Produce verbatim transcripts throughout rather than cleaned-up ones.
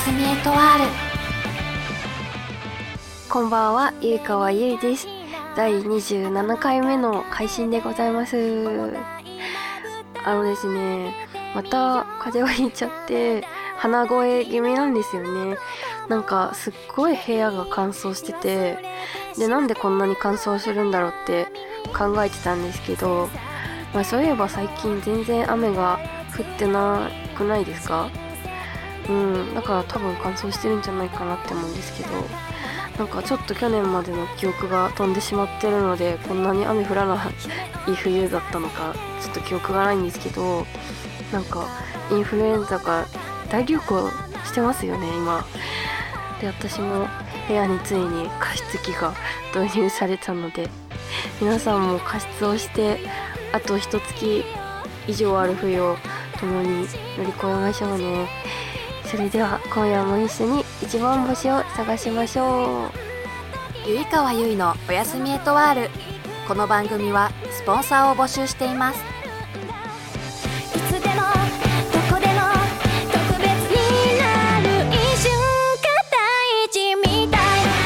すみエトワール。 こんばんは、ゆいかわゆいです。だいにじゅうななかいめの配信でございます。あのですね、また風邪をひいちゃって鼻声気味なんですよね。なんかすっごい部屋が乾燥してて、でなんでこんなに乾燥するんだろうって考えてたんですけど、まあ、そういえば最近全然雨が降ってなくないですか？うん、だから多分乾燥してるんじゃないかなって思うんですけど、なんかちょっと去年までの記憶が飛んでしまってるので、こんなに雨降らない冬だったのかちょっと記憶がないんですけど、なんかインフルエンザが大流行してますよね今で。私も部屋についに加湿器が導入されたので、皆さんも加湿をしてあと一月以上ある冬を共に乗り越えましょうね。それでは今夜も一緒に一番星を探しましょう。 ゆいかわゆいのおやすみエトワール。この番組はスポンサーを募集しています。 いつでもどこでも特別になる一瞬が大事みたい。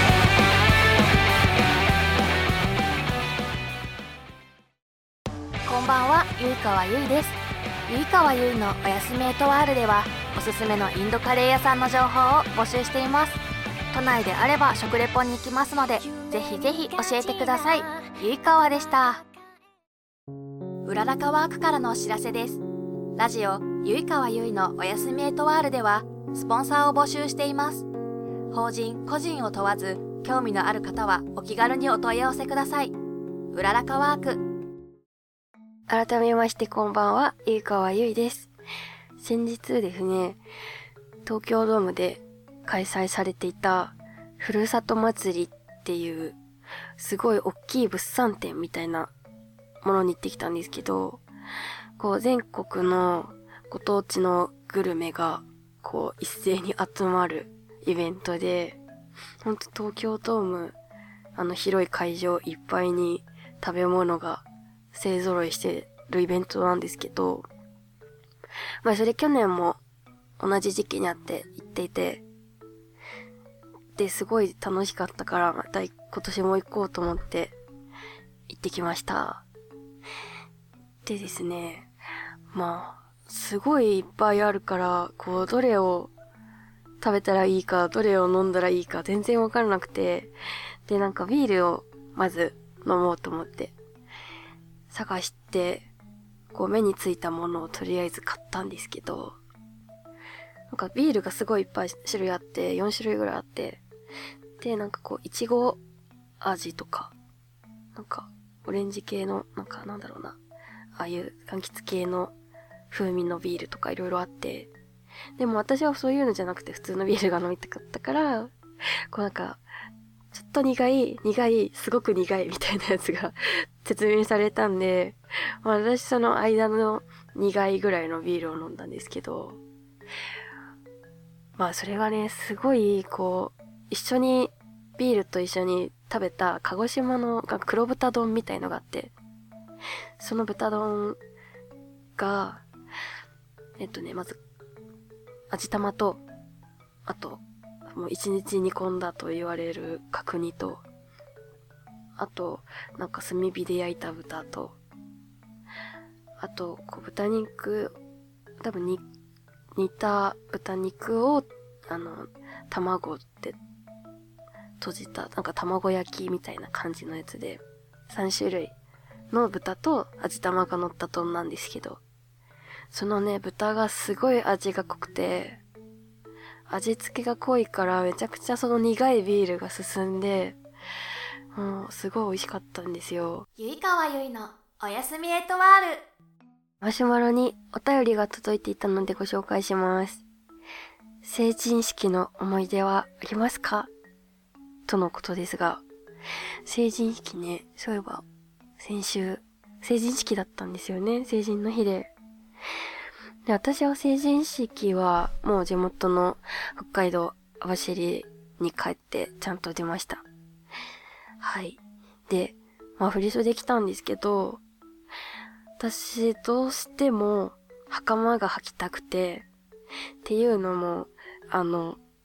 こんばんは、ゆいかわゆいです。ゆいかわゆいのおやすみエトワールでは、おすすめのインドカレー屋さんの情報を募集しています。都内であれば食レポに行きますので、ぜひぜひ教えてください。ゆいかわでした。うららかワークからのお知らせです。ラジオゆいかわゆいのおやすみエトワールではスポンサーを募集しています。法人個人を問わず、興味のある方はお気軽にお問い合わせください。うららかワーク。 改めましてこんばんは、ゆいかわゆいです。先日ですね、東京ドームで開催されていたふるさと祭りっていうすごい大きい物産展みたいなものに行ってきたんですけど、こう全国のご当地のグルメがこう一斉に集まるイベントで、ほんと東京ドーム、あの広い会場いっぱいに食べ物が勢揃いしてるイベントなんですけど、まあそれ去年も同じ時期にあって行っていて、ですごい楽しかったから、また今年も行こうと思って行ってきました。でですね、まあすごいいっぱいあるから、こうどれを食べたらいいか、どれを飲んだらいいか全然わからなくて、でなんかビールをまず飲もうと思って探して、こう目についたものをとりあえず買ったんですけど、なんかビールがすごいいっぱい種類あって、よんしゅるいぐらいあって、でなんかこういちご味とか、なんかオレンジ系のなんかなんだろうな、ああいう柑橘系の風味のビールとかいろいろあって、でも私はそういうのじゃなくて普通のビールが飲みたかったから、こうなんかちょっと苦い、苦い、すごく苦いみたいなやつが説明されたんで、まあ、私その間の苦いぐらいのビールを飲んだんですけど、まあそれがね、すごいこう、一緒に、ビールと一緒に食べた鹿児島の黒豚丼みたいのがあって、その豚丼が、えっとね、まず、味玉と、あと、もう一日煮込んだと言われる角煮と、あと、なんか炭火で焼いた豚と、あと、こう豚肉、多分に、煮た豚肉を、あの、卵で閉じた、なんか卵焼きみたいな感じのやつで、さんしゅるいの豚と味玉が乗った丼なんですけど、そのね、豚がすごい味が濃くて、味付けが濃いからめちゃくちゃその苦いビールが進んで、もうすごい美味しかったんですよ。 ゆいかわゆいのおやすみエトワール。 マシュマロにお便りが届いていたのでご紹介します。成人式の思い出はありますか？とのことですが、成人式ね、そういえば先週成人式だったんですよね。成人の日で。で、私は成人式はもう地元の北海道網走に帰ってちゃんと出ました。はい。で、まあ振袖着たんですけど、私どうしても袴が履きたくて、っていうのも、あの、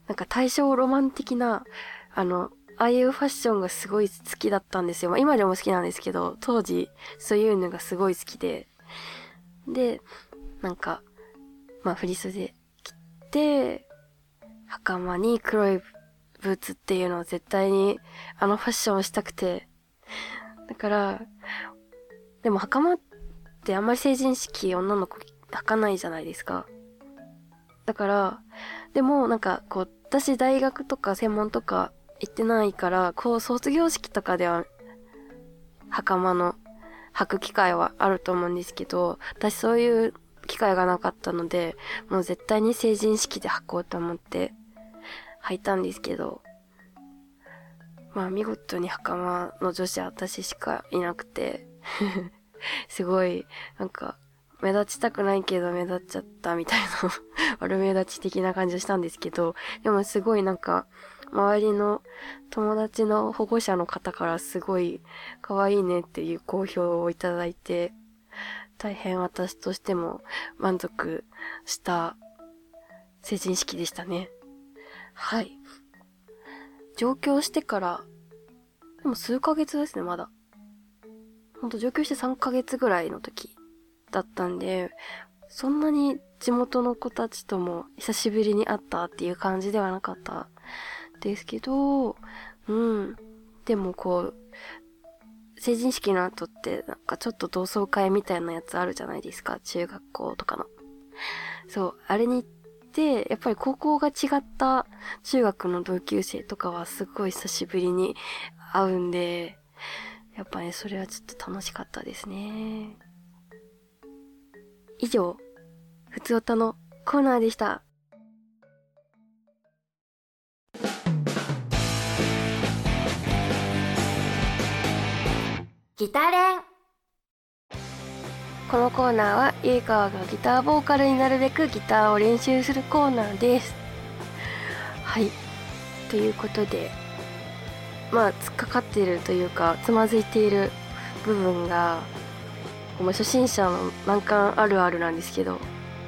なんか大正ロマン的な、あの、ああいうファッションがすごい好きだったんですよ。まあ今でも好きなんですけど、当時そういうのがすごい好きで。で、なんか、まあ振り袖着て、袴に黒いブーツっていうのを絶対にあのファッションをしたくて。だから、でも袴ってあんまり成人式女の子履かないじゃないですか。だから、でもなんかこう、私大学とか専門とか行ってないから、こう卒業式とかでは袴の履く機会はあると思うんですけど、私そういう機会がなかったので、もう絶対に成人式で履こうと思って履いたんですけど、まあ見事に袴の女子は私しかいなくてすごいなんか目立ちたくないけど目立っちゃったみたいな悪目立ち的な感じをしたんですけど、でもすごいなんか周りの友達の保護者の方からすごい可愛いねっていう好評をいただいて、大変私としても満足した成人式でしたね。はい。上京してから、でも数ヶ月ですね、まだ。ほんと上京してさんかげつぐらいの時だったんで、そんなに地元の子たちとも久しぶりに会ったっていう感じではなかったですけど、うん。でもこう、成人式の後ってなんかちょっと同窓会みたいなやつあるじゃないですか、中学校とかの。そう、あれに行って、やっぱり高校が違った中学の同級生とかはすごい久しぶりに会うんで、やっぱね、それはちょっと楽しかったですね。以上、ふつおたのコーナーでした。 ギタレン。 このコーナーはゆいかわがギターボーカルになるべくギターを練習するコーナーです。はい、ということで、まあ突っかかっているというかつまずいている部分が、まあ、初心者の難関あるあるなんですけど、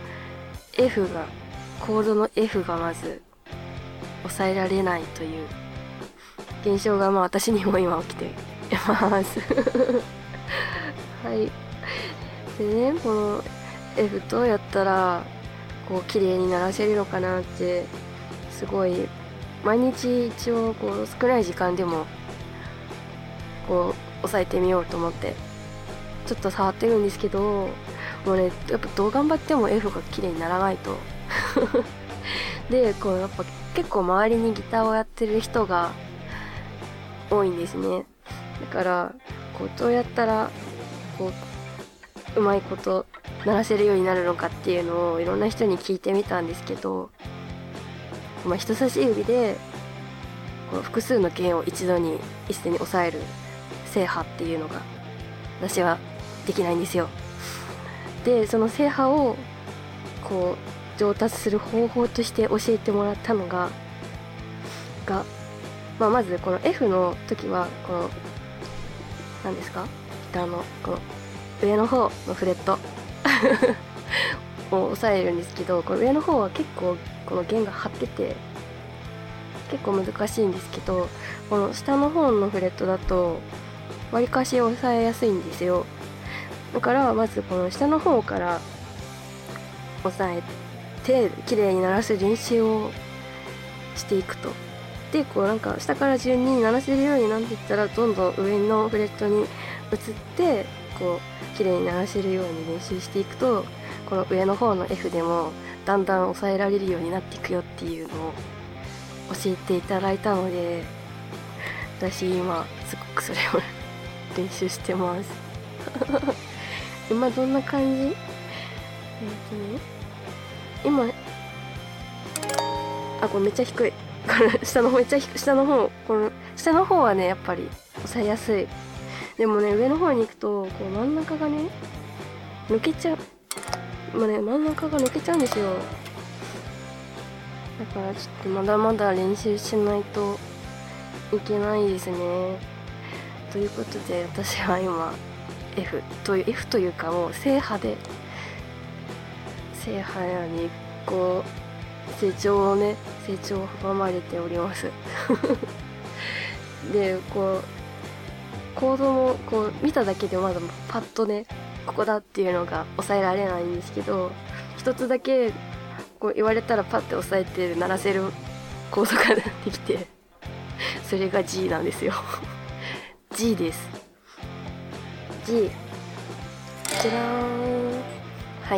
F がコードの F がまず抑えられないという現象がまあ私にも今起きていますはい。でね、この F どうやったらこう綺麗に鳴らせるのかなって、すごい毎日一応こう少ない時間でもこう押さえてみようと思ってちょっと触ってるんですけど、もうね、やっぱどう頑張っても F が綺麗にならないとで、こうやっぱ結構周りにギターをやってる人が多いんですね。だからこうどうやったらこううまいこと鳴らせるようになるのかっていうのをいろんな人に聞いてみたんですけど、まあ、人差し指でこう複数の弦を一度に一斉に押さえる制覇っていうのが私はできないんですよ。でその制覇をこう上達する方法として教えてもらったのがが、まあ、まずこの F の時はこの何ですか、ギターのこの上の方のフレットを押さえるんですけど、この上の方は結構この弦が張ってて結構難しいんですけど、この下の方のフレットだとわりかし押さえやすいんですよ。だからまずこの下の方から押さえて綺麗に鳴らす練習をしていくと。でこうなんか下から順に鳴らせるようになっていったら、どんどん上のフレットに移ってこう綺麗に鳴らせるように練習していくと、この上の方の F でもだんだん抑えられるようになっていくよっていうのを教えていただいたので、私今すごくそれを練習してます今どんな感じ？えっとね、今あこれめっちゃ低いこれ下の方めっちゃ低い下の方この下の方はねやっぱり抑えやすい。でもね上の方に行くとこう真ん中がね抜けちゃう。今ね真ん中が抜けちゃうんですよ。だからちょっとまだまだ練習しないといけないですね。ということで私は今 F という F というかもう正派で正派にこう成長をね成長を阻まれておりますでこうコードもこう見ただけでまだパッとねここだっていうのが抑えられないんですけど、一つだけこう言われたらパッて押さえて鳴らせるコードができて、それが G なんですよG です。 G じゃらーん。はい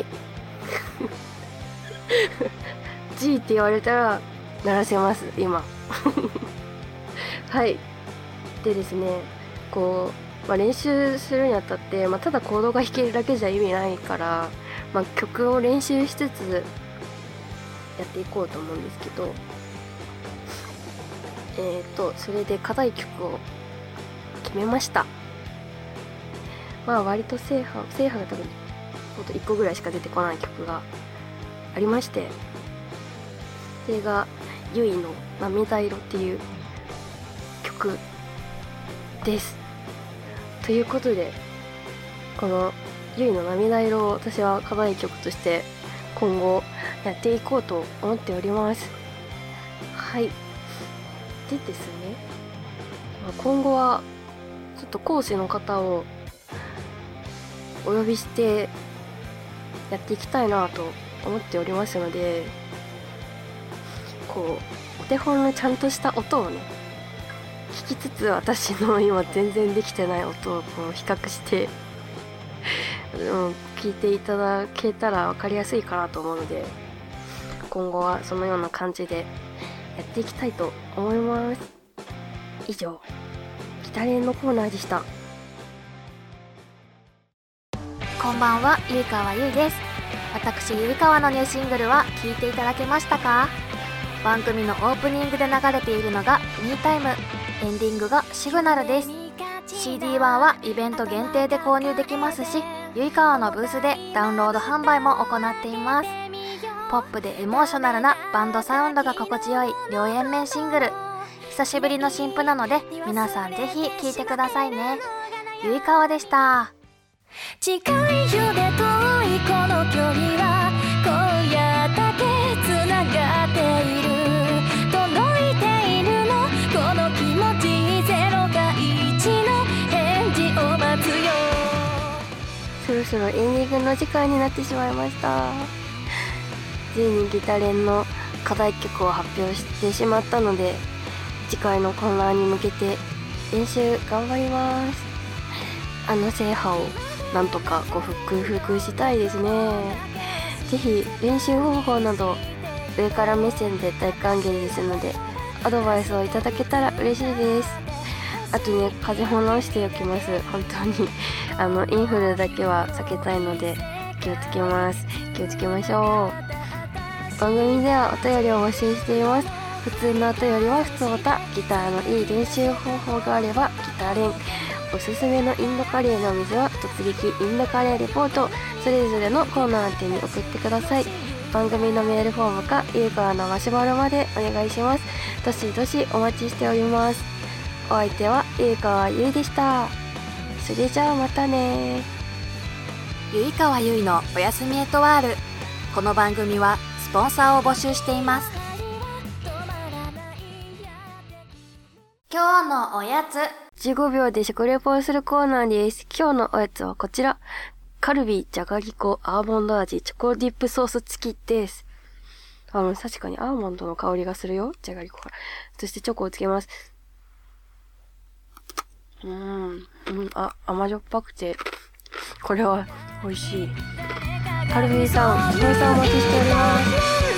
。G って言われたら鳴らせます今。はい。でですね、こう、まあ、練習するにあたって、まあ、ただコードが弾けるだけじゃ意味ないから、まあ、曲を練習しつつやっていこうと思うんですけど、えっとそれで課題曲を決めました。まあ割と正反正反が多分ほんといっこぐらいしか出てこない曲がありまして、それがゆいの涙色っていう曲です。ということで、このゆいの涙色を私は課題曲として今後やっていこうと思っております。はい。でですね、まあ、今後はちょっと講師の方をお呼びしてやっていきたいなと思っておりますので、こうお手本のちゃんとした音をね聞きつつ、私の今全然できてない音をこう比較してうん、聞いていただけたら分かりやすいかなと思うので、今後はそのような感じでやっていきたいと思います。以上、ギタレンのコーナーでした。 こんばんは、ゆいかわゆいです。私ゆいかわのニューシングルは聴いていただけましたか？番組のオープニングで流れているのがミータイム、エンディングがシグナルです。 シーディーワン はイベント限定で購入できますし、ゆいかわのブースでダウンロード販売も行っています。ポップでエモーショナルなバンドサウンドが心地よい両 円面シングル、久しぶりの新譜なので皆さんぜひ聴いてくださいね。ゆいかわでした。 近いようで遠いこの距離は今夜だけつながっている、届いているのこの気持ち、ゼロがいちの返事を待つよ。 そろそろエンディングの時間になってしまいました。ついにギタレンの課題曲を発表してしまったので、次回のコーナーに向けて練習頑張ります。あの制覇をなんとかこう克服したいですね。ぜひ練習方法など上から目線で大歓迎ですので、アドバイスをいただけたら嬉しいです。あとね、風邪も治しておきます。本当にあのインフルだけは避けたいので気をつけます気をつけましょう。番組ではお便りを募集しています。普通のお便りは普通歌、ギターのいい練習方法があればギター練、おすすめのインドカレーのお店は突撃インドカレーレポート、それぞれのコーナー宛てに送ってください。番組のメールフォームかゆいかわのマシュマロまでお願いします。どしどしお待ちしております。お相手はゆいかわゆいでした。それじゃあまたね。 ゆいかわゆいのおやすみエトワール。この番組はスポンサーを募集しています。今日のおやつ、 じゅうごびょうで食レポをするコーナーです。今日のおやつはこちら、カルビーじゃがりこアーモンド味チョコディップソース付きです。あの確かにアーモンドの香りがするよ、じゃがりこから。そしてチョコをつけます。うーん、うん、あ、甘じょっぱくてこれは美味しい。カルビーさん、ご協賛お待ちしております。